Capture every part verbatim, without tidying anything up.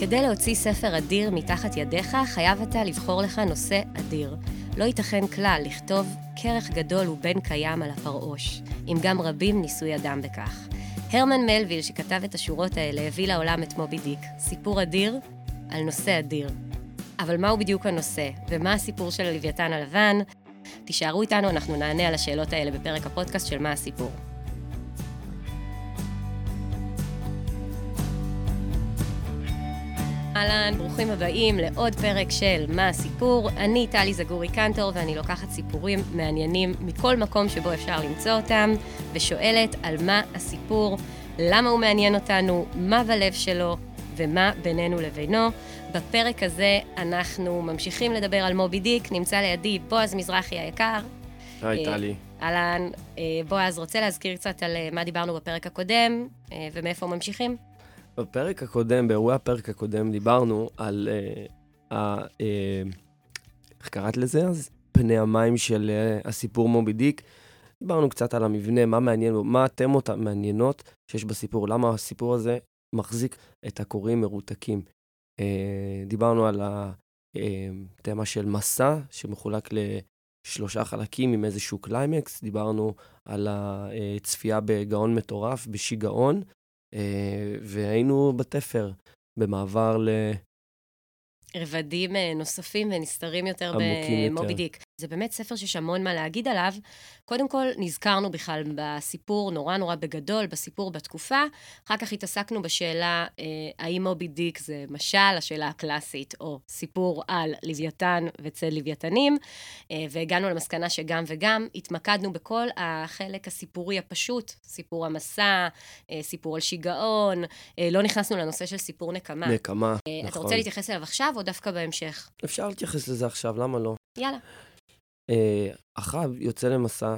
כדי להוציא ספר אדיר מתחת ידיך, חייב אתה לבחור לך נושא אדיר. לא ייתכן כלל לכתוב כרך גדול ובן קיים על הפרעוש, אם גם רבים ניסו ידם בכך. הרמן מלוויל, שכתב את השורות האלה, הביא לעולם את מובי דיק, סיפור אדיר על נושא אדיר. אבל מהו בדיוק הנושא, ומה הסיפור של הלוויתן הלבן? תישארו איתנו, אנחנו נענה על השאלות האלה בפרק הפודקאסט של מה הסיפור. אהלן, ברוכים הבאים לעוד פרק של מה הסיפור. אני טלי זגורי קנטור, ואני לוקחת סיפורים מעניינים מכל מקום שבו אפשר למצוא אותם, ושואלת על מה הסיפור, למה הוא מעניין אותנו, מה בלב שלו, ומה בינינו לבינו. בפרק הזה אנחנו ממשיכים לדבר על מובי דיק. נמצא לידי בועז מזרחי היקר. היי טלי. אהלן, בועז, רוצה להזכיר קצת על מה דיברנו בפרק הקודם, ומאיפה ממשיכים? בפרק הקודם, באירועי הפרק הקודם, דיברנו על, אה, אה, איך קראת לזה אז? פני המים של אה, הסיפור מובי דיק. דיברנו קצת על המבנה, מה מעניין, מה התמות המעניינות שיש בסיפור, למה הסיפור הזה מחזיק את הקוראים מרותקים. אה, דיברנו על התמה של מסע, שמחולק לשלושה חלקים עם איזשהו קליימקס. דיברנו על הצפייה בגאון מטורף, בשיגעון, והיינו בתפר, במעבר ל... רבדים נוספים ונסתרים יותר במובי דיק. זה באמת ספר שיש המון מה להגיד עליו. קודם כל, נזכרנו בכלל בסיפור נורא נורא בגדול, בסיפור בתקופה. אחר כך התעסקנו בשאלה, האם מובי דיק זה משל, השאלה הקלאסית, או סיפור על לוויתן וצל לוויתנים, והגענו למסקנה שגם וגם. התמקדנו בכל החלק הסיפורי הפשוט, סיפור המסע, סיפור על שיגעון, לא נכנסנו לנושא של סיפור נקמה. נקמה, נכון. אתה רוצה להתייחס אליו עכשיו או דווקא בהמשך? אפשר להתייחס לזה עכשיו, למה לא? יאללה. אחאב יוצא למסע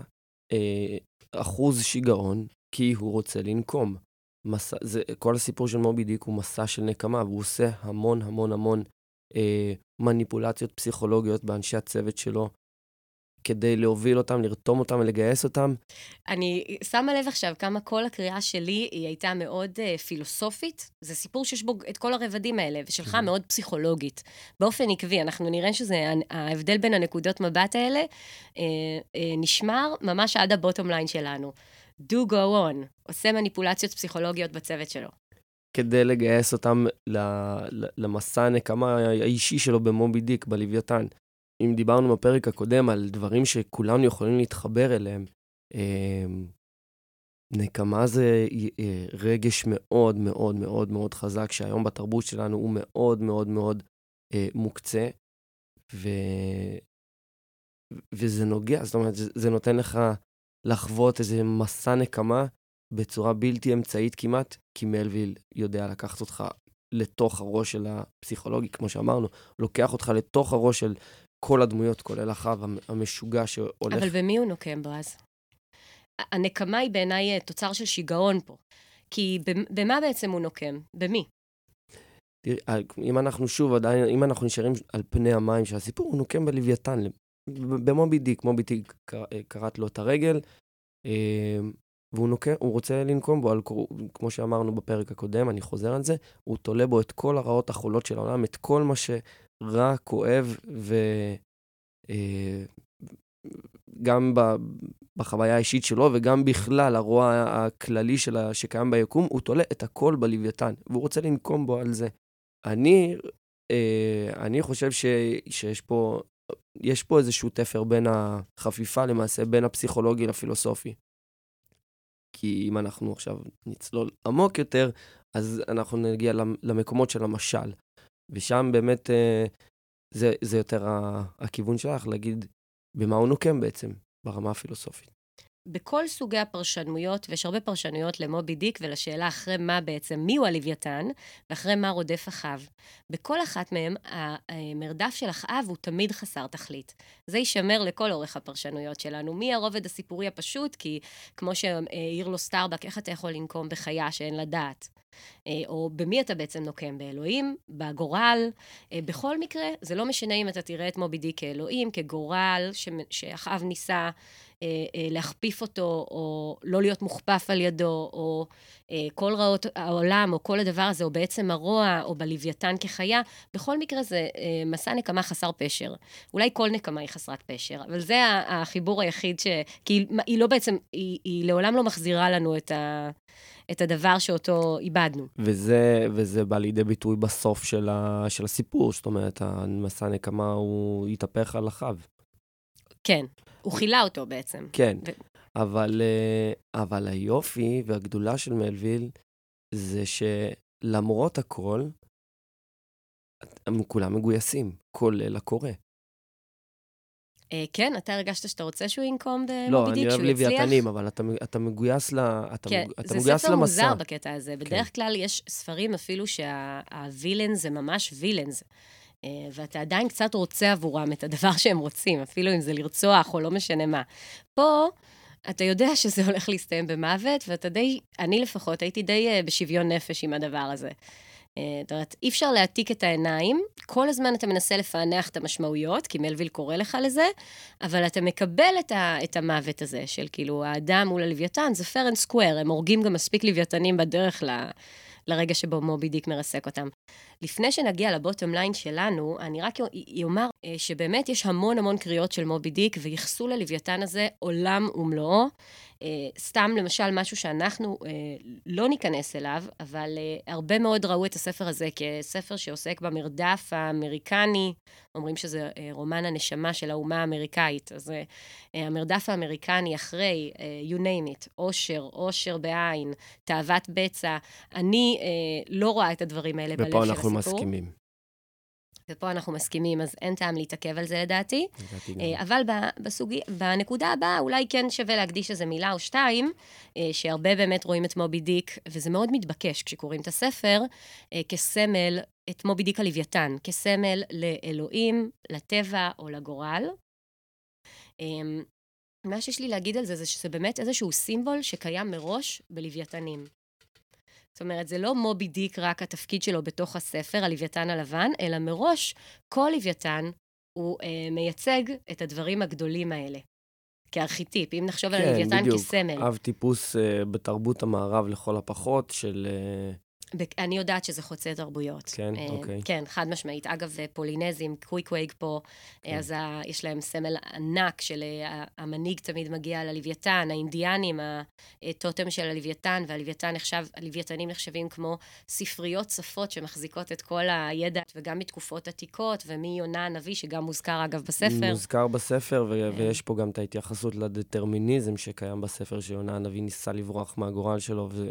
אחוז שיגעון, כי הוא רוצה לנקום. מסע, זה, כל הסיפור של מובי דיק הוא מסע של נקמה, והוא עושה המון המון המון אה, מניפולציות פסיכולוגיות באנשי הצוות שלו, כדי להוביל אותם, לרתום אותם ולגייס אותם. אני שמה לב עכשיו כמה כל הקריאה שלי היא הייתה מאוד uh, פילוסופית. זה סיפור שיש בו את כל הרבדים האלה, ושלך mm-hmm. מאוד פסיכולוגית. באופן עקבי, אנחנו נראה שזה ההבדל בין הנקודות מבט האלה, uh, uh, נשמר ממש עד הבוטום ליין שלנו. Do go on, עושה מניפולציות פסיכולוגיות בצוות שלו. כדי לגייס אותם למסע הנקמה האישי שלו במובי דיק, בלוויתן. אם דיברנו בפרק הקודם על דברים שכולנו יכולים להתחבר אליהם, נקמה זה רגש מאוד מאוד מאוד מאוד חזק, שהיום בתרבות שלנו הוא מאוד מאוד מאוד מוקצה, ו... וזה נוגע, זאת אומרת, זה נותן לך לחוות איזה מסע נקמה בצורה בלתי אמצעית כמעט, כי מלוויל יודע לקחת אותך לתוך הראש של הפסיכולוגי, כמו שאמרנו, לוקח אותך לתוך הראש של כל הדמויות, כולל אחאב המשוגע שהולך... אבל במי הוא נוקם, בועז? הנקמה היא בעיניי תוצר של שיגעון פה. כי במה בעצם הוא נוקם? במי? תראי, אם אנחנו שוב עדיין, אם אנחנו נשארים על פני המים של הסיפור, הוא נוקם בלוויתן, במובי דיק. מובי דיק קראת לו את הרגל, והוא נוקם, הוא רוצה לנקום בו, על, כמו שאמרנו בפרק הקודם, אני חוזר על זה, הוא תולה בו את כל הרעות החולות של העולם, את כל מה ש... רע, כואב, וגם בחוויה האישית שלו, וגם בכלל, הרוע הכללי שקיים ביקום, הוא תולה את הכל בלוויתן, והוא רוצה לנקום בו על זה. אני, אני חושב שיש פה, יש פה איזשהו תפר בין החפיפה, למעשה, בין הפסיכולוגי לפילוסופי. כי אם אנחנו עכשיו נצלול עמוק יותר, אז אנחנו נגיע למקומות של המשל. ושם באמת זה, זה יותר הכיוון שלך, להגיד במה הוא נוקם בעצם, ברמה הפילוסופית. בכל סוגי הפרשנויות, ויש הרבה פרשנויות למובי דיק, ולשאלה אחרי מה בעצם, מי הוא הלוויתן, ואחרי מה רודף אחאב. בכל אחת מהם, המרדף של אחאב הוא תמיד חסר תכלית. זה יישמר לכל אורך הפרשנויות שלנו. מי הרובד הסיפורי הפשוט, כי כמו שהעיר לו סטארבק, איך אתה יכול לנקום בחיה שאין לה דעת? או במי אתה בעצם נוקם, באלוהים, בגורל. בכל מקרה, זה לא משנה אם אתה תראה את מובי דיק כאלוהים, כגורל, שאחאב ניסה להכפיף אותו, או לא להיות מוכפף על ידו, או כל רעות העולם, או כל הדבר הזה, או בעצם הרוע, או בלוויתן כחיה. בכל מקרה זה מסע נקמה חסר פשר. אולי כל נקמה היא חסרת פשר, אבל זה החיבור היחיד ש... כי היא לא בעצם, היא, היא לעולם לא מחזירה לנו את ה... את הדבר שאותו איבדנו. וזה, וזה בא לידי ביטוי בסוף של, ה, של הסיפור, זאת אומרת, המסע נקמה הוא יתהפך על אחאב. כן, הוא חילה אותו בעצם. כן, ו... אבל, אבל היופי והגדולה של מלוויל, זה שלמרות הכל, הם כולם מגויסים, כולל הקורא. כן, אתה הרגשת שאתה רוצה שהוא ינקום במובי לא, דיק, אני אוהב שהוא יצליח? לוויתנים, אבל אתה, אתה מגויס, לה, אתה כן, מג, אתה זה מגויס ספר למסע. מוזר בקטע הזה. בדרך כלל יש ספרים אפילו שהווילנס זה ממש וילנס, ואתה עדיין קצת רוצה עבורם את הדבר שהם רוצים, אפילו אם זה לרצוח או לא משנה מה. פה אתה יודע שזה הולך להסתיים במוות, ואתה די, אני לפחות, הייתי די בשוויון נפש עם הדבר הזה. זאת אומרת, אי אפשר להעתיק את העיניים, כל הזמן אתה מנסה לפענח את המשמעויות, כי מלוויל קורא לך לזה, אבל אתה מקבל את, ה, את המוות הזה, של כאילו האדם מול הלוויתן, זה fair and square, הם הורגים גם מספיק לוויתנים בדרך ל, לרגע שבו מובי דיק מרסק אותם. לפני שנגיע לבוטום ליין שלנו, אני רק אומר שבאמת יש המון המון קריאות של מובי דיק, ויחסו ללוויתן הזה עולם ומלואו, סתם למשל משהו שאנחנו לא ניכנס אליו, אבל הרבה מאוד ראו את הספר הזה כספר שעוסק במרדף האמריקני, אומרים שזה רומן הנשמה של האומה האמריקאית, אז המרדף האמריקני אחרי, you name it, אושר, אושר בעין, תאוות בצע, אני לא רואה את הדברים האלה בלב של הסיפור. ופה אנחנו מסכימים. ופה אנחנו מסכימים, אז אין טעם להתעכב על זה לדעתי. אבל בסוגי, בנקודה הבאה, אולי כן שווה להקדיש איזה מילה או שתיים, שהרבה באמת רואים את מובי דיק, וזה מאוד מתבקש כשקוראים את הספר, כסמל, את מובי דיק הלוויתן, כסמל לאלוהים, לטבע או לגורל. מה שיש לי להגיד על זה, זה שזה באמת איזשהו סימבול שקיים מראש בלוויתנים. זאת אומרת, זה לא מובי דיק רק התפקיד שלו בתוך הספר, הלוויתן הלבן, אלא מראש כל לוויתן הוא אה, מייצג את הדברים הגדולים האלה, כארכיטיפ, אם נחשוב כן, על הלוויתן בדיוק. כסמל. כן, בדיוק, אב טיפוס אה, בתרבות המערב לכל הפחות של... אה... אני יודעת שזה חוצה תרבויות. כן, אה, אוקיי. כן, חד משמעית. אגב, פולינזים, קוויקוויג פה, כן. אז ה, יש להם סמל ענק של המנהיג תמיד מגיע ללוויתן, האינדיאנים, הטוטם של הלוויתן, והלוויתן נחשב, הלוויתנים נחשבים כמו ספריות שפות שמחזיקות את כל הידע, וגם מתקופות עתיקות, ומי יונה הנביא, שגם מוזכר אגב בספר. מוזכר בספר, ו- ויש פה גם את ההתייחסות לדטרמיניזם שקיים בספר, שיונה הנביא ניסה לברוח מהגורל שלו, ו...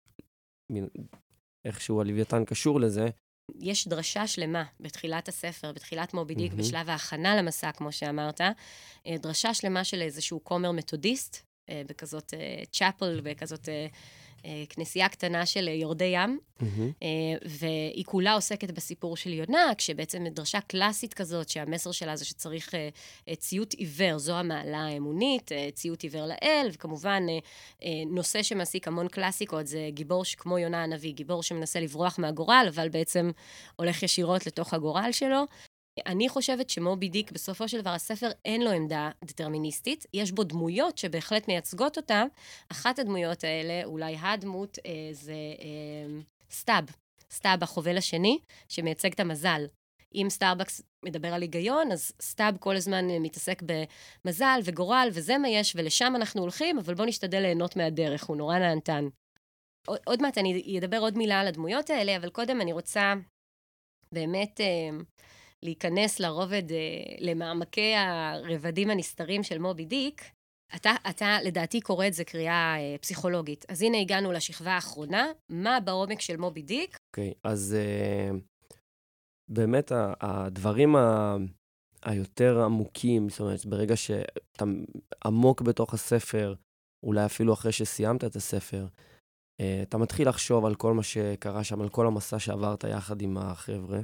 איכשהו הלוויתן קשור לזה. יש דרשה שלמה בתחילת הספר, בתחילת מובי דיק, mm-hmm. בשלב ההכנה למסע, כמו שאמרת, דרשה שלמה של איזשהו כומר מתודיסט, בכזאת צ'אפל, בכזאת כנסייה קטנה של יורדי ים, mm-hmm. והיא כולה עוסקת בסיפור של יונה, כשבעצם דרשה קלאסית כזאת, שהמסר שלה זה שצריך ציות עיוור, זו המעלה האמונית, ציות עיוור לאל, וכמובן נושא שמעסיק המון קלאסיקות, זה גיבור כמו יונה הנביא, גיבור שמנסה לברוח מהגורל, אבל בעצם הולך ישירות לתוך הגורל שלו. אני חושבת שמובי דיק, בסופו של דבר, הספר אין לו עמדה דטרמיניסטית, יש בו דמויות שבהחלט מייצגות אותה, אחת הדמויות האלה, אולי הדמות, אה, זה אה, סטאב, סטאב החובל השני, שמייצג את המזל. אם סטארבקס מדבר על היגיון, אז סטאב כל הזמן מתעסק במזל וגורל, וזה מה יש, ולשם אנחנו הולכים, אבל בוא נשתדל ליהנות מהדרך, הוא נורא נענתן. עוד, עוד מעט אני אדבר עוד מילה על הדמויות האלה, אבל קודם אני רוצה באמת... אה, להיכנס לרובד, למעמקי הרבדים הנסתרים של מובי דיק, אתה, אתה לדעתי קורא את זה קריאה פסיכולוגית. אז הנה הגענו לשכבה האחרונה, מה בעומק של מובי דיק? אוקיי, okay, אז uh, באמת הדברים ה, היותר עמוקים, זאת אומרת, ברגע שאתה עמוק בתוך הספר, אולי אפילו אחרי שסיימת את הספר, uh, אתה מתחיל לחשוב על כל מה שקרה שם, על כל המסע שעברת יחד עם החבר'ה,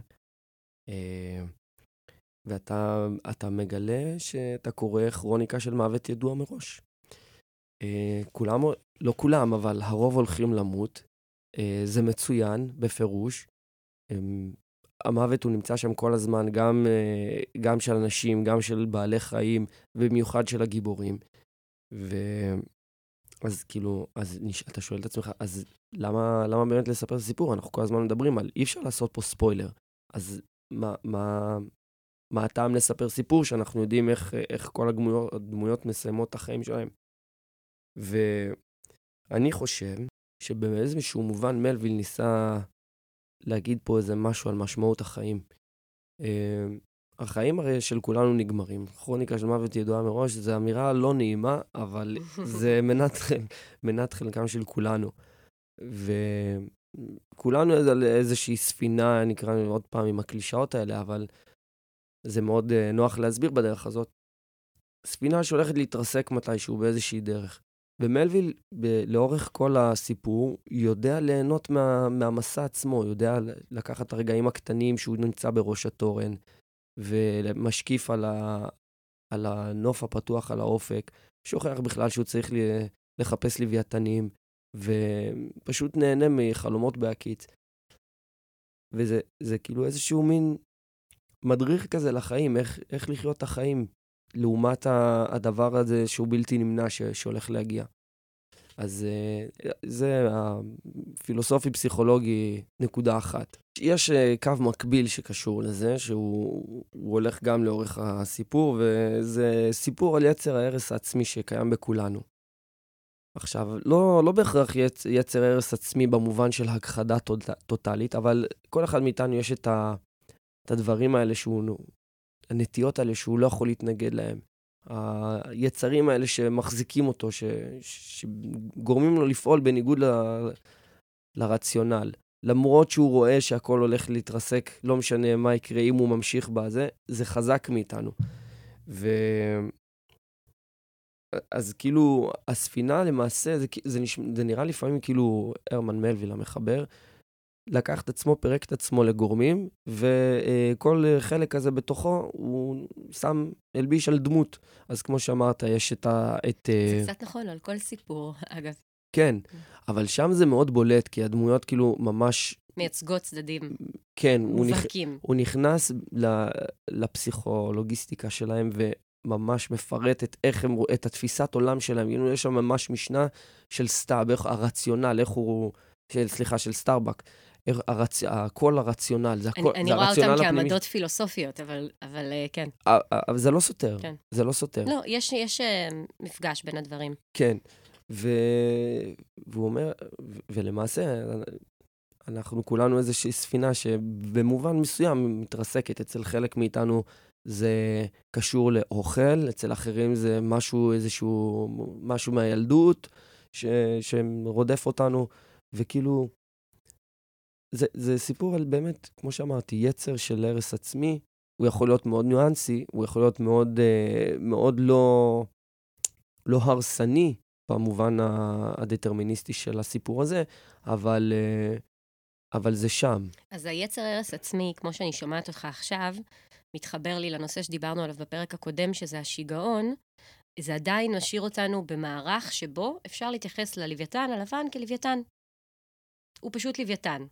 ואתה אתה מגלה שאתה קורא כרוניקה של מוות ידוע מראש. כולם, לא כולם, אבל הרוב הולכים למות, זה מצוין, בפירוש. המוות הוא נמצא שם כל הזמן, גם, גם של אנשים, גם של בעלי חיים, ובמיוחד של הגיבורים. ואז כאילו, אז אתה שואל את עצמך, אז למה, למה באמת לספר את הסיפור? אנחנו כל הזמן מדברים על, אי אפשר לעשות פה ספוילר. אז מה, מה, מה הטעם לספר סיפור שאנחנו יודעים איך, איך כל הדמויות, הדמויות מסיימות את החיים שלהם? ואני חושב שבאיזשהו מובן מלוויל ניסה להגיד פה איזה משהו על משמעות החיים. החיים הרי של כולנו נגמרים. כרוניקה של מוות ידועה מראש, זו אמירה לא נעימה, אבל זה מנת, מנת חלקם של כולנו. וכולנו על איזושהי ספינה, נקרא עוד פעם עם הקלישאות האלה, אבל זה מאוד נוח להסביר בדרך הזאת. ספינה שהולכת להתרסק מתישהו באיזושהי דרך. ומלוויל, ב- לאורך כל הסיפור, יודע ליהנות מה, מהמסע עצמו, יודע לקחת את הרגעים הקטנים שהוא נמצא בראש התורן, ומשקיף על, ה, על הנוף הפתוח, על האופק, שוכח בכלל שהוא צריך לחפש לוויתנים, ופשוט נהנה מחלומות בהקיץ. וזה זה כאילו איזשהו מין מדריך כזה לחיים, איך, איך לחיות את החיים. לעומת הדבר הזה שהוא בלתי נמנע שהולך להגיע. אז זה הפילוסופי-פסיכולוגי נקודה אחת. יש קו מקביל שקשור לזה, שהוא הולך גם לאורך הסיפור, וזה סיפור על יצר ההרס העצמי שקיים בכולנו. עכשיו, לא, לא בהכרח יצ, יצר הרס עצמי במובן של הכחדה טוטלית, אבל כל אחד מאיתנו יש את, ה, את הדברים האלה שהוא... הנטיות האלה שהוא לא יכול להתנגד להם. היצרים האלה שמחזיקים אותו, ש... שגורמים לו לפעול בניגוד ל... לרציונל. למרות שהוא רואה שהכל הולך להתרסק, לא משנה מה יקרה אם הוא ממשיך בזה, זה חזק מאיתנו. ו... אז כאילו, הספינה למעשה, זה, זה, נש... זה נראה לפעמים כאילו הרמן מלוויל המחבר, לקח את עצמו, פרק את עצמו לגורמים, וכל חלק הזה בתוכו, הוא שם אלביש על דמות. אז כמו שאמרת, יש את ה... את, זה קצת נכון, על כל סיפור, אגב. כן, אבל שם זה מאוד בולט, כי הדמויות כאילו ממש... מייצגות צדדים. כן, מובהקים. הוא, נכ... הוא נכנס לפסיכולוגיסטיקה שלהם, וממש מפרט את, איך הם, את התפיסת עולם שלהם. יש שם ממש משנה של סטאב, איך הרציונל, איך הוא... של, סליחה, של סטארבק. הרצ... כל הרציונל, זה, הכל, אני, זה אני הרציונל רואה אותם הפנימי. כעמדות פילוסופיות, אבל, אבל כן. אבל זה לא סותר, כן. זה לא סותר. לא, יש, יש מפגש בין הדברים. כן, ו... והוא אומר, ו... ולמעשה, אנחנו כולנו איזושהי ספינה שבמובן מסוים מתרסקת. אצל חלק מאיתנו זה קשור לאוכל, אצל אחרים זה משהו, איזשהו, משהו מהילדות ש... שרודף אותנו, וכאילו... זה, זה סיפור על באמת, כמו שאמרתי, יצר של הרס עצמי. הוא יכול להיות מאוד ניואנסי, הוא יכול להיות מאוד, אה, מאוד לא, לא הרסני, במובן הדטרמיניסטי של הסיפור הזה, אבל, אה, אבל זה שם. אז היצר הרס עצמי, כמו שאני שומעת אותך עכשיו, מתחבר לי לנושא שדיברנו עליו בפרק הקודם, שזה השיגעון. זה עדיין משאיר אותנו במערך שבו אפשר להתייחס ללוויתן, הלבן, כלוויתן. הוא פשוט לוויתן.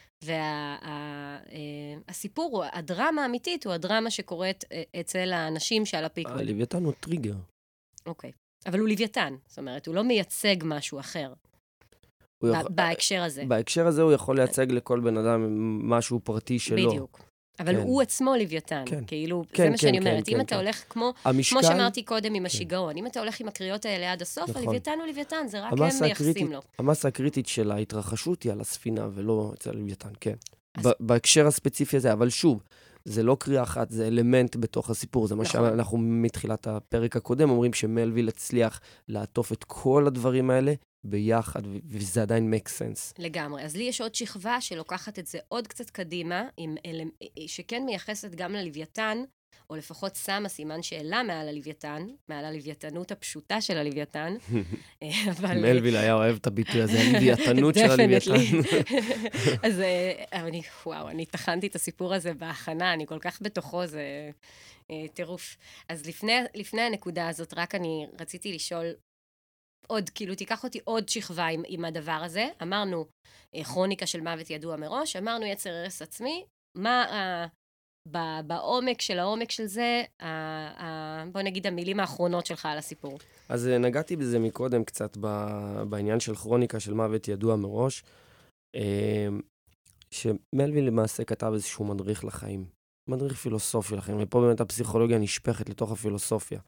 והסיפור, הדרמה האמיתית, הוא הדרמה שקורית אצל האנשים שעל הפיקוד. הלוויתן הוא טריגר. אוקיי. אבל הוא לוויתן. זאת אומרת, הוא לא מייצג משהו אחר. בהקשר הזה. בהקשר הזה הוא יכול לייצג לכל בן אדם משהו פרטי שלו. בדיוק. אבל כן. הוא עצמו לוויתן, כן. כאילו, כן, זה מה כן, שאני כן, אומרת. כן, אם כן, אתה כן. הולך, כמו, המשקל... כמו שאמרתי קודם עם כן. השיגעון, אם אתה הולך עם הקריאות האלה עד הסוף, נכון. הלוויתן הוא לוויתן, זה רק הם המסה מייחסים הקריטית, לו. המסה הקריטית של ההתרחשות היא על הספינה, ולא אצל הלוויתן, כן. אז... ב- בהקשר הספציפי הזה, אבל שוב, זה לא קריאה אחת, זה אלמנט בתוך הסיפור. זה מה נכון. שאנחנו מתחילת הפרק הקודם אומרים שמלוויל הצליח לעטוף את כל הדברים האלה ביחד, ו- וזה עדיין make sense. לגמרי. אז לי יש עוד שכבה שלוקחת את זה עוד קצת קדימה, עם אל... שכן מייחסת גם ללוויתן, או לפחות שמה סימן שאלה מעל הלוויתן, מעל הלוויתנות הפשוטה של הלוויתן. אבל... מלוויל היה אוהב את הביטוי הזה, הלוויתנות של הלוויתן. אז אני, וואו, אני תחנתי את הסיפור הזה בהכנה, אני כל כך בתוכו, זה טירוף. אז לפני, לפני הנקודה הזאת, רק אני רציתי לשאול עוד, כאילו, תיקח אותי עוד שכבה עם, עם הדבר הזה. אמרנו, כרוניקה של מוות ידוע מראש, אמרנו יצר הרס עצמי, מה ה... בעומק של העומק של זה, בוא נגיד המילים האחרונות שלך על הסיפור. אז נגעתי בזה מקודם קצת בעניין של כרוניקה של מוות ידוע מראש, שמלוויל למעשה כתב איזשהו מדריך לחיים, מדריך פילוסופי לחיים, ופה באמת הפסיכולוגיה נשפכת לתוך הפילוסופיה.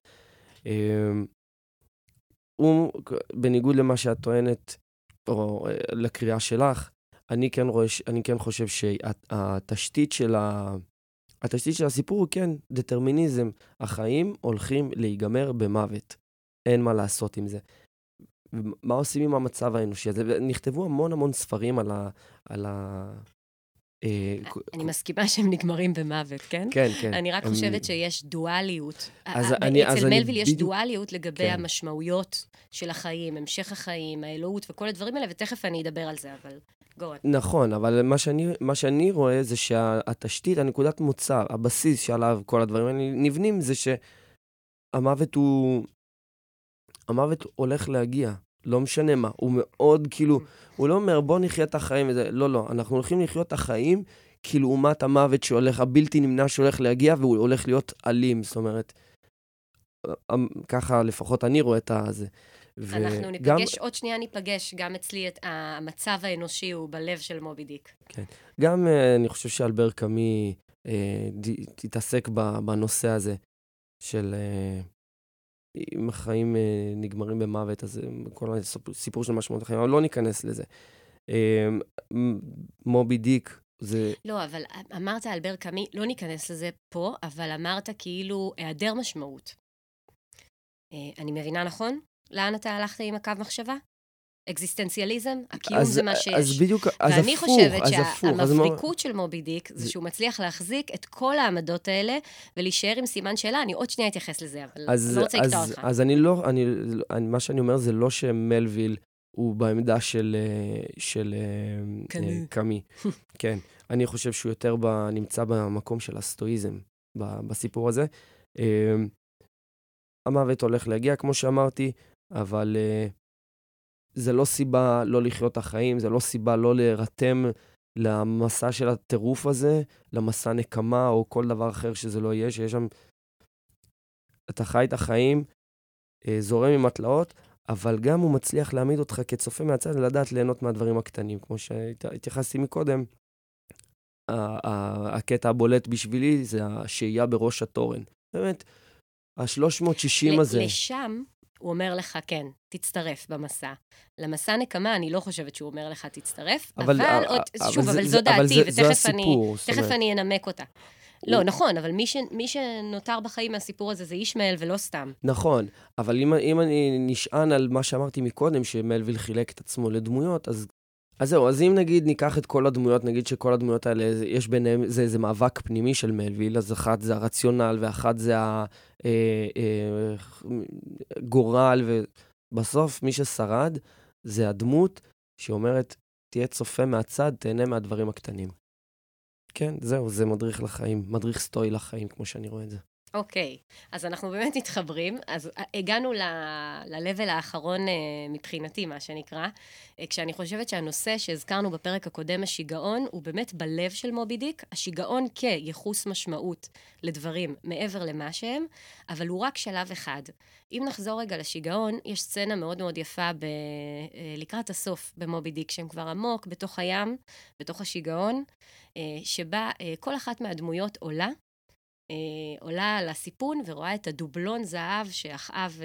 הוא, בניגוד למה שאת טוענת, או לקריאה שלך, אני כן, רואה, אני כן חושב שהתשתית של ה... התשתית של הסיפור הוא כן, דטרמיניזם. החיים הולכים להיגמר במוות. אין מה לעשות עם זה. מה עושים עם המצב האנושי הזה? נכתבו המון המון ספרים על ה... על ה... אני מסכימה שהם נגמרים במוות, כן? כן, כן. אני רק חושבת שיש דואליות. אצל מלוויל יש דואליות לגבי המשמעויות של החיים, המשך החיים, האלוהות וכל הדברים האלה, ותכף אני אדבר על זה, אבל... נכון, אבל מה שאני, מה שאני רואה זה שהתשתית, הנקודת מוצא, הבסיס שעליו כל הדברים האלה נבנים, זה שהמוות הוא, המוות הולך להגיע, לא משנה מה, הוא מאוד כאילו, הוא לא אומר בוא נחיה את החיים וזה, לא, לא, אנחנו הולכים לחיות את החיים, כאילו אומת המוות שהולך, הבלתי נמנע שהולך להגיע, והוא הולך להיות אלים, זאת אומרת, ככה לפחות אני רואה את הזה. אנחנו ניפגש, עוד שנייה ניפגש, גם אצלי את המצב האנושי הוא בלב של מובי דיק. כן. גם אני חושב שאלבר קאמי תתעסק בנושא הזה של אם החיים נגמרים במוות, אז כל הסיפור של משמעות החיים, אבל לא ניכנס לזה. מובי דיק זה... לא, אבל אמרת אלבר קאמי, לא ניכנס לזה פה, אבל אמרת כאילו היעדר משמעות. אני מבינה נכון? לאן אתה הלכת עם הקו מחשבה? אקזיסטנציאליזם? הקיום זה מה שיש. אז בדיוק, אז ואני הפוך, חושבת אז הפוך. שהמבריקות של מובי דיק זה שהוא מצליח להחזיק את כל העמדות האלה, ולהישאר עם סימן שאלה. אני עוד שנייה אתייחס לזה, אבל אני לא רוצה לקטוע אותך. אז אני לא, מה שאני אומר זה לא שמלוויל הוא בעמדה של קאמי. כן. אני חושב שהוא יותר נמצא במקום של הסטואיזם בסיפור הזה. המוות הולך להגיע, כמו שאמרתי, אבל uh, זה לא סיבה לא לחיות את החיים, זה לא סיבה לא להירתם למסע של הטירוף הזה, למסע נקמה או כל דבר אחר שזה לא יהיה, שיש שם, אתה חי את החיים, uh, זורם עם התלאות, אבל גם הוא מצליח להעמיד אותך כצופה מהצד, לדעת ליהנות מהדברים הקטנים, כמו שהתייחסתי מקודם. הקטע הבולט בשבילי זה השהייה בראש התורן. באמת, ה-שלוש מאות ושישים הזה. לשם, הוא אומר לך, כן, תצטרף במסע. למסע נקמה, אני לא חושבת שהוא אומר לך, תצטרף, אבל, אבל עוד, אבל שוב, זה, אבל זו דעתי, אבל ותכף זה אני, תכף אני אנמק אותה. הוא... לא, נכון, אבל מי, ש, מי שנותר בחיים מהסיפור הזה זה ישמעאל ולא סתם. נכון, אבל אם, אם אני נשען על מה שאמרתי מקודם, שמלוויל חילק את עצמו לדמויות, אז אז זהו, אז אם נגיד ניקח את כל הדמויות, נגיד שכל הדמויות האלה, יש ביניהם, זה איזה מאבק פנימי של מלוויל, אז אחת זה הרציונל, ואחת זה הגורל, ובסוף מי ששרד זה הדמות שאומרת, תהיה צופה מהצד, תהנה מהדברים הקטנים. כן, זהו, זה מדריך לחיים, מדריך סטואי לחיים, כמו שאני רואה את זה. אוקיי, אז אנחנו באמת מתחברים, אז הגענו ל-level האחרון מבחינתי, מה שנקרא, כשאני חושבת שהנושא שהזכרנו בפרק הקודם, השיגעון, הוא באמת בלב של מובי דיק, השיגעון כייחוס משמעות לדברים מעבר למה שהם, אבל הוא רק שלב אחד. אם נחזור רגע לשיגעון, יש סצנה מאוד מאוד יפה ב- לקראת הסוף במובי דיק, שהם כבר עמוק בתוך הים, בתוך השיגעון, שבה כל אחת מהדמויות עולה, עולה על הסיפון ורואה את הדובלון זהב שאחאב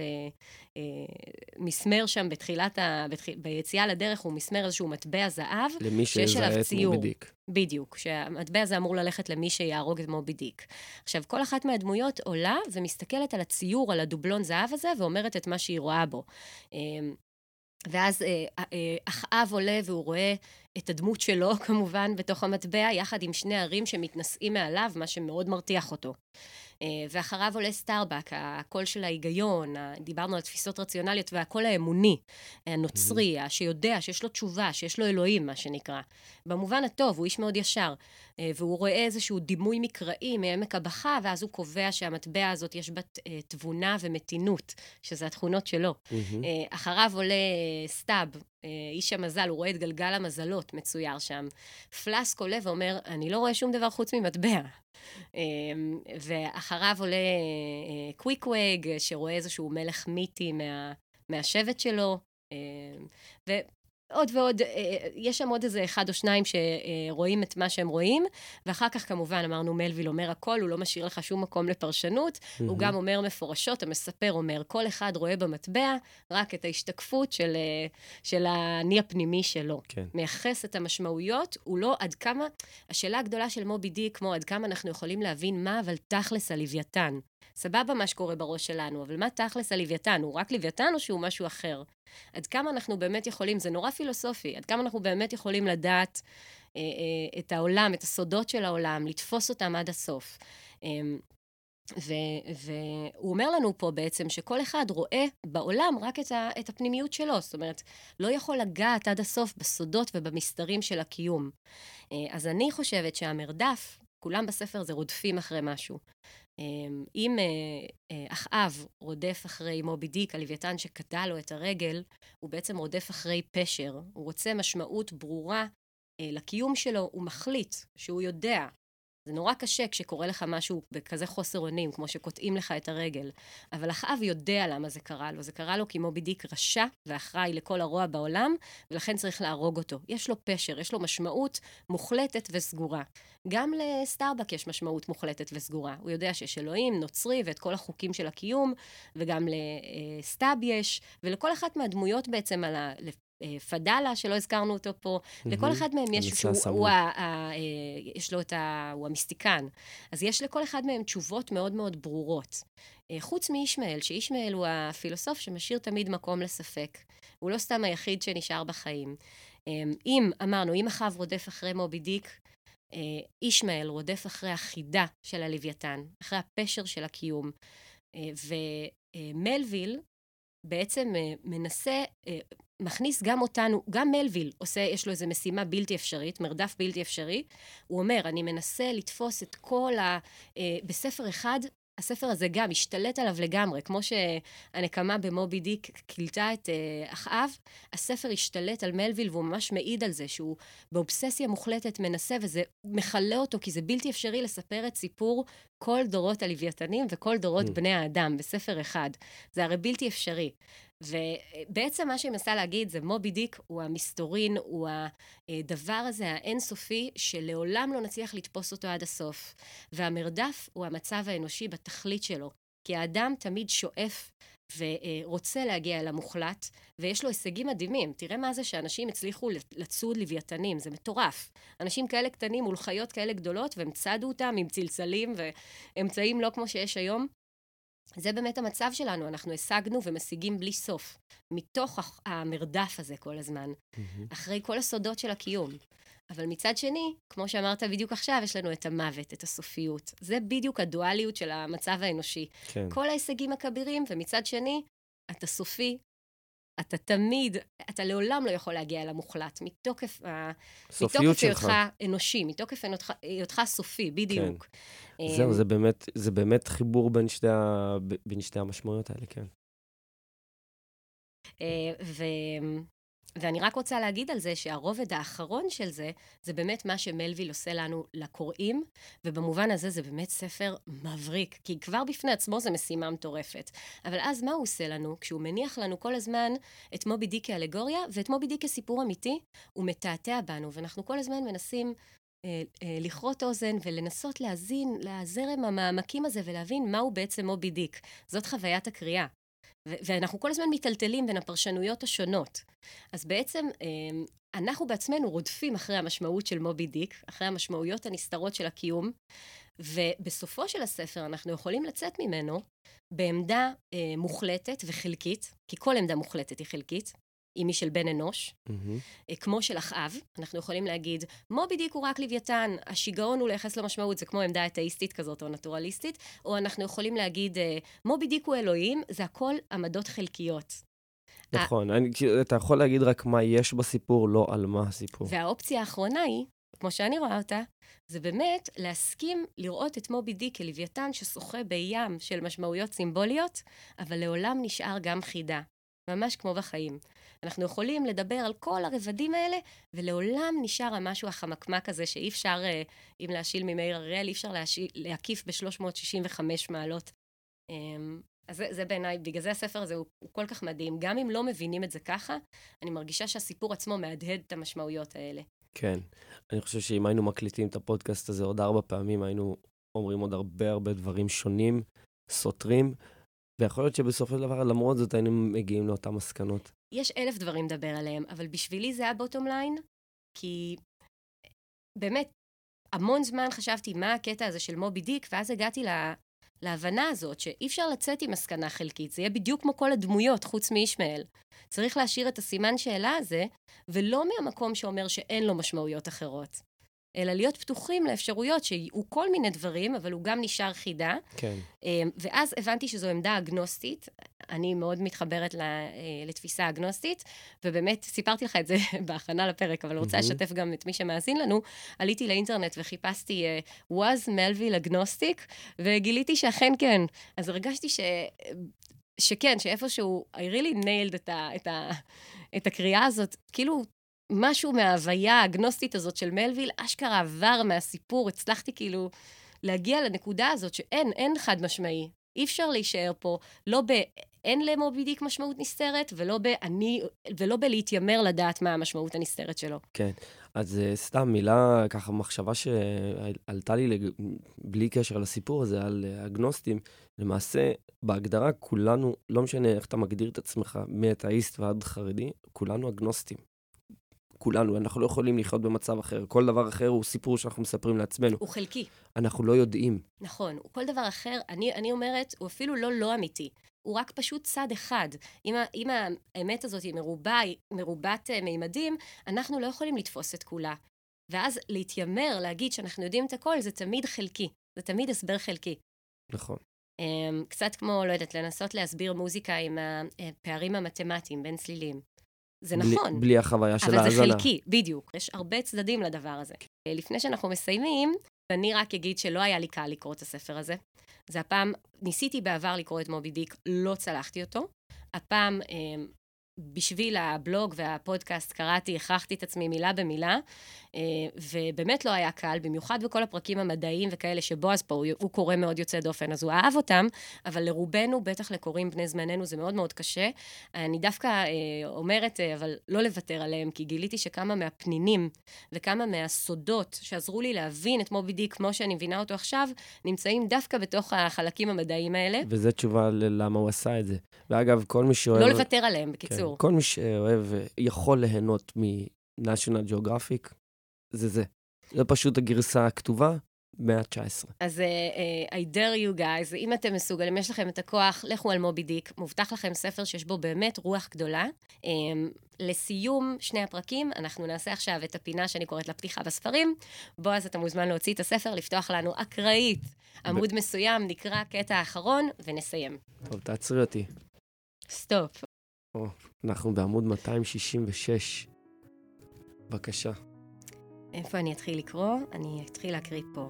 מסמר שם בתחילת, ביציאה לדרך, הוא מסמר איזשהו מטבע זהב, למי שיזהה את מובי דיק. בדיוק, שהמטבע הזה אמור ללכת למי שיהרוג את מובי דיק. עכשיו, כל אחת מהדמויות עולה ומסתכלת על הציור, על הדובלון זהב הזה, ואומרת את מה שהיא רואה בו. ואז אחאב עולה והוא רואה את הדמות שלו, כמובן, בתוך המטבע, יחד עם שני ערים שמתנשאים מעליו, מה שמאוד מרתיח אותו. ואחריו עולה סטארבק, הקול של ההיגיון, דיברנו על תפיסות רציונליות, והקול האמוני, הנוצרי, שיודע, שיש לו תשובה, שיש לו אלוהים, מה שנקרא. במובן הטוב, הוא איש מאוד ישר, והוא רואה איזשהו דימוי מקראי מעמק הבכה, ואז הוא קובע שהמטבע הזאת יש בה תבונה ומתינות, שזה התכונות שלו. אחריו עולה סטאב, איש המזל, הוא רואה את גלגל המזלות מצויר שם. פלאסק עולה ואומר, אני לא רואה שום דבר חוץ ממטבע. ואחריו עולה קוויקוויג, שרואה איזשהו מלך מיתי מה, מהשבט שלו. ועוד ועוד, יש שם עוד איזה אחד או שניים שרואים את מה שהם רואים, ואחר כך כמובן אמרנו, מלוויל אומר הכל, הוא לא משאיר לך שום מקום לפרשנות, mm-hmm. הוא גם אומר מפורשות, המספר אומר, כל אחד רואה במטבע רק את ההשתקפות של, של האני הפנימי שלו. כן. מייחס את המשמעויות, הוא לא עד כמה, השאלה הגדולה של מובי דיק, כמו עד כמה אנחנו יכולים להבין מה, אבל תכלס הלוויתן. סבבה מה שקורה בראש שלנו, אבל מה תכלס הלוויתן? הוא רק לוויתן או שהוא משהו אחר? עד כמה אנחנו באמת יכולים, זה נורא פילוסופי, עד כמה אנחנו באמת יכולים לדעת אה, אה, את העולם, את הסודות של העולם, לתפוס אותם עד הסוף. אה, והוא אומר לנו פה בעצם שכל אחד רואה בעולם רק את, ה, את הפנימיות שלו, זאת אומרת, לא יכול לגעת עד הסוף בסודות ובמסתרים של הקיום. אה, אז אני חושבת שהמרדף, כולם בספר זה רודפים אחרי משהו. אם אחאב רודף אחרי מובי דיק, הלוויתן שקטע לו את הרגל, הוא בעצם רודף אחרי פשר. הוא רוצה משמעות ברורה לקיום שלו, הוא מחליט שהוא יודע. זה נורא קשה כשקורה לך משהו בכזה חוסר אונים, כמו שקוטעים לך את הרגל. אבל אחאב יודע למה זה קרה לו. זה קרה לו כי מובי דיק רשע ואחראי לכל הרוע בעולם, ולכן צריך להרוג אותו. יש לו פשר, יש לו משמעות מוחלטת וסגורה. גם לסטארבק יש משמעות מוחלטת וסגורה. הוא יודע שיש אלוהים, נוצרי, ואת כל החוקים של הקיום, וגם לסטאב יש, ולכל אחת מהדמויות בעצם על ה... פדלה, שלא הזכרנו אותו פה, לכל אחד מהם יש שהוא, יש לו את ה... הוא המיסטיקן. אז יש לכל אחד מהם תשובות מאוד מאוד ברורות. חוץ מישמעאל, שישמעאל הוא הפילוסוף שמשאיר תמיד מקום לספק. הוא לא סתם היחיד שנשאר בחיים. אם, אמרנו, אם אחאב רודף אחרי מובי דיק, ישמעאל רודף אחרי החידה של הלוויתן, אחרי הפשר של הקיום. ומלוויל בעצם מנסה, מכניס גם אותנו, גם מלוויל עושה, יש לו איזו משימה בלתי אפשרית, מרדף בלתי אפשרי. הוא אומר, אני מנסה לתפוס את כל ה... בספר אחד, הספר הזה גם השתלט עליו לגמרי, כמו שהנקמה במובי דיק קילטה את אחאב, הספר השתלט על מלוויל, והוא ממש מעיד על זה, שהוא באובססיה מוחלטת מנסה, וזה מחלה אותו, כי זה בלתי אפשרי לספר את סיפור כל דורות הלוויתנים, וכל דורות בני האדם, בספר אחד. זה הרי בלתי אפשרי. ובעצם מה שהיא מנסה להגיד, זה מובי דיק הוא המסתורין, הוא הדבר הזה האינסופי, שלעולם לא נצליח לתפוס אותו עד הסוף. והמרדף הוא המצב האנושי בתכלית שלו, כי האדם תמיד שואף ורוצה להגיע אל המוחלט, ויש לו הישגים מדהימים. תראה מה זה שאנשים הצליחו לצוד לוויתנים, זה מטורף. אנשים כאלה קטנים מול חיות כאלה גדולות, והם צדו אותם עם צלצלים ואמצעים לא כמו שיש היום. זה באמת המצב שלנו, אנחנו השגנו ומשיגים בלי סוף, מתוך המרדף הזה כל הזמן, mm-hmm. אחרי כל הסודות של הקיום. אבל מצד שני, כמו שאמרת בדיוק עכשיו, יש לנו את המוות, את הסופיות. זה בדיוק הדואליות של המצב האנושי. כן. כל ההישגים הכבירים, ומצד שני, אתה סופי, אתה תמיד, אתה לעולם לא יכול להגיע אל המוחלט, מתוקף, מתוקף היותך אנושי, מתוקף היותך סופי, בדיוק. כן. זהו, זה באמת, זה באמת חיבור בין שתי, ה, בין שתי המשמעויות האלה, כן. ו... ואני רק רוצה להגיד על זה שהרובד האחרון של זה, זה באמת מה שמלוויל עושה לנו לקוראים, ובמובן הזה זה באמת ספר מבריק, כי כבר בפני עצמו זה משימה מטורפת. אבל אז מה הוא עושה לנו? כשהוא מניח לנו כל הזמן את מובי דיק כאלגוריה, ואת מובי דיק כסיפור אמיתי, הוא מתעתע בנו, ואנחנו כל הזמן מנסים אה, אה, לכרות אוזן, ולנסות להזין לזרם המעמקים הזה, ולהבין מהו בעצם מובי דיק. זאת חוויית הקריאה. ואנחנו כל הזמן מטלטלים בין הפרשנויות השונות. אז בעצם אנחנו בעצמנו רודפים אחרי המשמעות של מובי דיק, אחרי המשמעויות הנסתרות של הקיום, ובסופו של הספר אנחנו יכולים לצאת ממנו בעמדה מוחלטת וחלקית, כי כל עמדה מוחלטת היא חלקית, אם היא של בן אנוש, mm-hmm. כמו של אחאב, אנחנו יכולים להגיד, מובי דיק הוא רק לוויתן, השיגעון הוא לייחס לו משמעות, זה כמו עמדה אתאיסטית כזאת או נטורליסטית, או אנחנו יכולים להגיד, מובי דיק הוא אלוהים, זה הכל עמדות חלקיות. נכון, אני, אתה יכול להגיד רק מה יש בסיפור, לא על מה הסיפור. והאופציה האחרונה היא, כמו שאני רואה אותה, זה באמת להסכים לראות את מובי דיק כלוויתן ששוחה בים של משמעויות סימבוליות, אבל לעולם נשאר גם חידה, ממש כמו בחיים. אנחנו יכולים לדבר על כל הרבדים האלה, ולעולם נשאר המשהו החמקמק הזה שאי אפשר, אם להשיל ממאיר אריאל, אי אפשר להשיל, להקיף ב-שלוש מאות שישים וחמש מעלות. אז זה, זה בעיניי, בגלל זה הספר הזה הוא, הוא כל כך מדהים. גם אם לא מבינים את זה ככה, אני מרגישה שהסיפור עצמו מהדהד את המשמעויות האלה. כן, אני חושב שאם היינו מקליטים את הפודקאסט הזה עוד ארבע פעמים, היינו אומרים עוד הרבה הרבה דברים שונים, סותרים, ויכול להיות שבסוף הדבר, למרות זאת, היינו מגיעים לאותן מסקנות. יש אלף דברים לדבר עליהם, אבל בשבילי זה הבוטום ליין, כי באמת, המון זמן חשבתי מה הקטע הזה של מובי דיק, ואז הגעתי לה, להבנה הזאת, שאי אפשר לצאת עם מסקנה חלקית, זה יהיה בדיוק כמו כל הדמויות, חוץ מישמעאל. צריך להשאיר את הסימן שאלה הזה, ולא מהמקום שאומר שאין לו משמעויות אחרות, אלא להיות פתוחים לאפשרויות שיהיו כל מיני דברים, אבל הוא גם נשאר חידה. כן. ואז הבנתי שזו עמדה אגנוסטית, אני מאוד מתחברת לתפיסה אגנוסטית, ובאמת סיפרתי לך את זה בהכנה לפרק, אבל רוצה לשתף גם את מי שמאזין לנו, עליתי לאינטרנט וחיפשתי was Melville agnostic, וגיליתי שאכן כן. אז הרגשתי ש... שכן, שאיפשהו, I really nailed את, ה, את, ה, את הקריאה הזאת, כאילו משהו מההוויה האגנוסטית הזאת של מלוויל, אשכרה עבר מהסיפור, הצלחתי כאילו להגיע לנקודה הזאת שאין, אין חד משמעי. אי אפשר להישאר פה, לא ב... אין למובי דיק משמעות נסתרת, ולא ב... אני, ולא בלהתיימר לדעת מה המשמעות הנסתרת שלו. כן, אז סתם מילה, ככה מחשבה שעלתה לי לג... בלי קשר לסיפור הזה, על אגנוסטים, למעשה, בהגדרה כולנו, לא משנה איך אתה מגדיר את עצמך, מאתאיסט ועד חרדי, כולנו אגנוסטים. כולנו, אנחנו לא יכולים לחיות במצב אחר. כל דבר אחר הוא סיפור שאנחנו מספרים לעצמנו. הוא חלקי. אנחנו לא יודעים. נכון, כל דבר אחר, אני, אני אומרת, הוא אפילו לא לא אמיתי. הוא רק פשוט צד אחד. אם, אם האמת הזאת היא מרובה, מרובת מימדים, אנחנו לא יכולים לתפוס את כולה. ואז להתיימר, להגיד שאנחנו יודעים את הכל, זה תמיד חלקי. זה תמיד הסבר חלקי. נכון. קצת כמו, לא יודעת, לנסות להסביר מוזיקה עם הפערים המתמטיים בין צלילים. זה בלי, נכון. בלי החוויה של ההאזנה. אבל זה חלקי, בדיוק. יש הרבה צדדים לדבר הזה. לפני שאנחנו מסיימים, אני רק אגיד שלא היה לי קל לקרוא את הספר הזה. זה הפעם, ניסיתי בעבר לקרוא את מובי דיק, לא צלחתי אותו. הפעם, בשביל הבלוג והפודקאסט קראתי, הכרחתי את עצמי מילה במילה, ובאמת לא היה קל, במיוחד בכל הפרקים המדעיים וכאלה שבועז פה, הוא, הוא קורא מאוד יוצא דופן, אז הוא אהב אותם, אבל לרובנו, בטח לקוראים בני זמננו, זה מאוד מאוד קשה. אני דווקא אומרת, אבל לא לוותר עליהם, כי גיליתי שכמה מהפנינים וכמה מהסודות שעזרו לי להבין את מובי דיק, כמו שאני מבינה אותו עכשיו, נמצאים דווקא בתוך החלקים המדעיים האלה. וזו תשובה ללמה הוא עשה את זה. ואגב, כל מי שאוהב... לא לוותר עליהם, בקיצור. כל מי שאוהב יכול ליהנות מ-National Geographic, זה זה. זה פשוט הגרסה הכתובה, מאה תשע עשרה. אז uh, I dare you guys, אם אתם מסוגלים, יש לכם את הכוח, לכו על מובי דיק, מובטח לכם ספר שיש בו באמת רוח גדולה. Um, לסיום שני הפרקים, אנחנו נעשה עכשיו את הפינה שאני קוראת לפתיחה בספרים. בועז, אתה מוזמן להוציא את הספר, לפתוח לנו אקראית. עמוד ב... מסוים, נקרא קטע האחרון, ונסיים. טוב, תעצרי אותי. סטופ. או, אנחנו בעמוד מאתיים שישים ושש. בבקשה. איפה אני אתחיל לקרוא? אני אתחיל להקריא פה.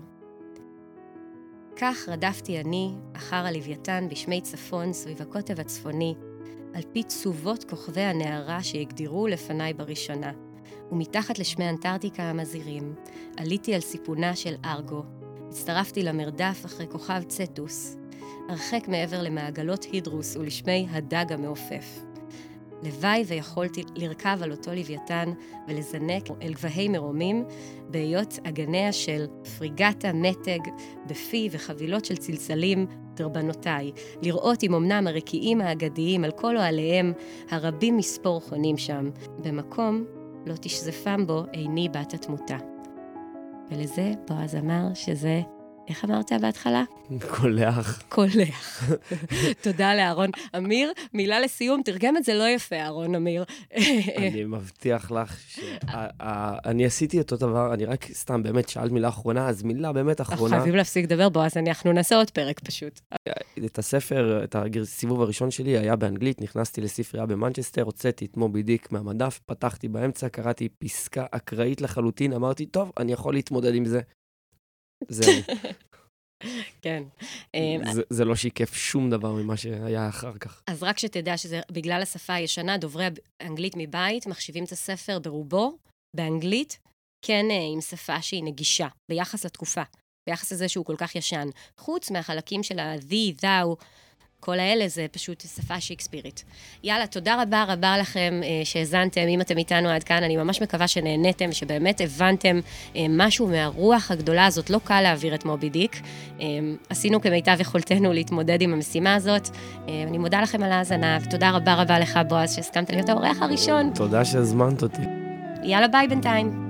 כך רדפתי אני אחר הלוויתן בשמי צפון סביב הקוטב הצפוני, על פי צובות כוכבי הנערה שהגדירו לפניי בראשונה, ומתחת לשמי אנטארקטיקה המזהירים, עליתי על סיפונה של ארגו, הצטרפתי למרדף אחרי כוכב צטוס, הרחק מעבר למעגלות הידרוס ולשמי הדג המעופף. לוואי ויכולתי לרכב על אותו לוויתן ולזנק אל גבהי מרומים בהיות אגניה של פריגטה מתג בפי וחבילות של צלצלים דרבנותיי, לראות אם אמנם הרקיעים האגדיים על כל אוהליהם הרבים מספור חונים שם, במקום לא תשזפם בו עיני בת התמותה. ולזה בועז אמר שזה איך אמרת בהתחלה? קולח. קולח. תודה לאהרון. אמיר, מילה לסיום, תרגם את זה לא יפה, אהרון אמיר. אני מבטיח לך שאני עשיתי אותו דבר, אני רק סתם באמת שאלת מילה אחרונה, אז מילה באמת אחרונה. חייבים להפסיק לדבר בו, אז אנחנו נעשה עוד פרק פשוט. את הספר, את הסיבוב הראשון שלי היה באנגלית, נכנסתי לספרייה במנצ'סטר, הוצאתי את מובי דיק מהמדף, פתחתי באמצע, קראתי פסקה אקראית לחלוטין, אמרתי, טוב, אני יכול להתמודד עם זה. זהו. כן. זה, זה לא שיקף שום דבר ממה שהיה אחר כך. אז רק שתדע שזה בגלל השפה הישנה, דוברי אנגלית מבית, מחשיבים את הספר ברובו, באנגלית, כן עם שפה שהיא נגישה, ביחס לתקופה, ביחס לזה שהוא כל כך ישן. חוץ מהחלקים של ה-thee, thou, כל האלה זה פשוט שפה שייקספירית. יאללה, תודה רבה רבה לכם שהזנתם, אם אתם איתנו עד כאן, אני ממש מקווה שנהנתם, שבאמת הבנתם משהו מהרוח הגדולה הזאת, לא קל להעביר את מובי דיק. עשינו כמיטב יכולתנו להתמודד עם המשימה הזאת. אני מודה לכם על ההאזנה, ותודה רבה רבה לך, בועז, שהסכמת להיות האורח הראשון. תודה שהזמנת אותי. יאללה, ביי בינתיים.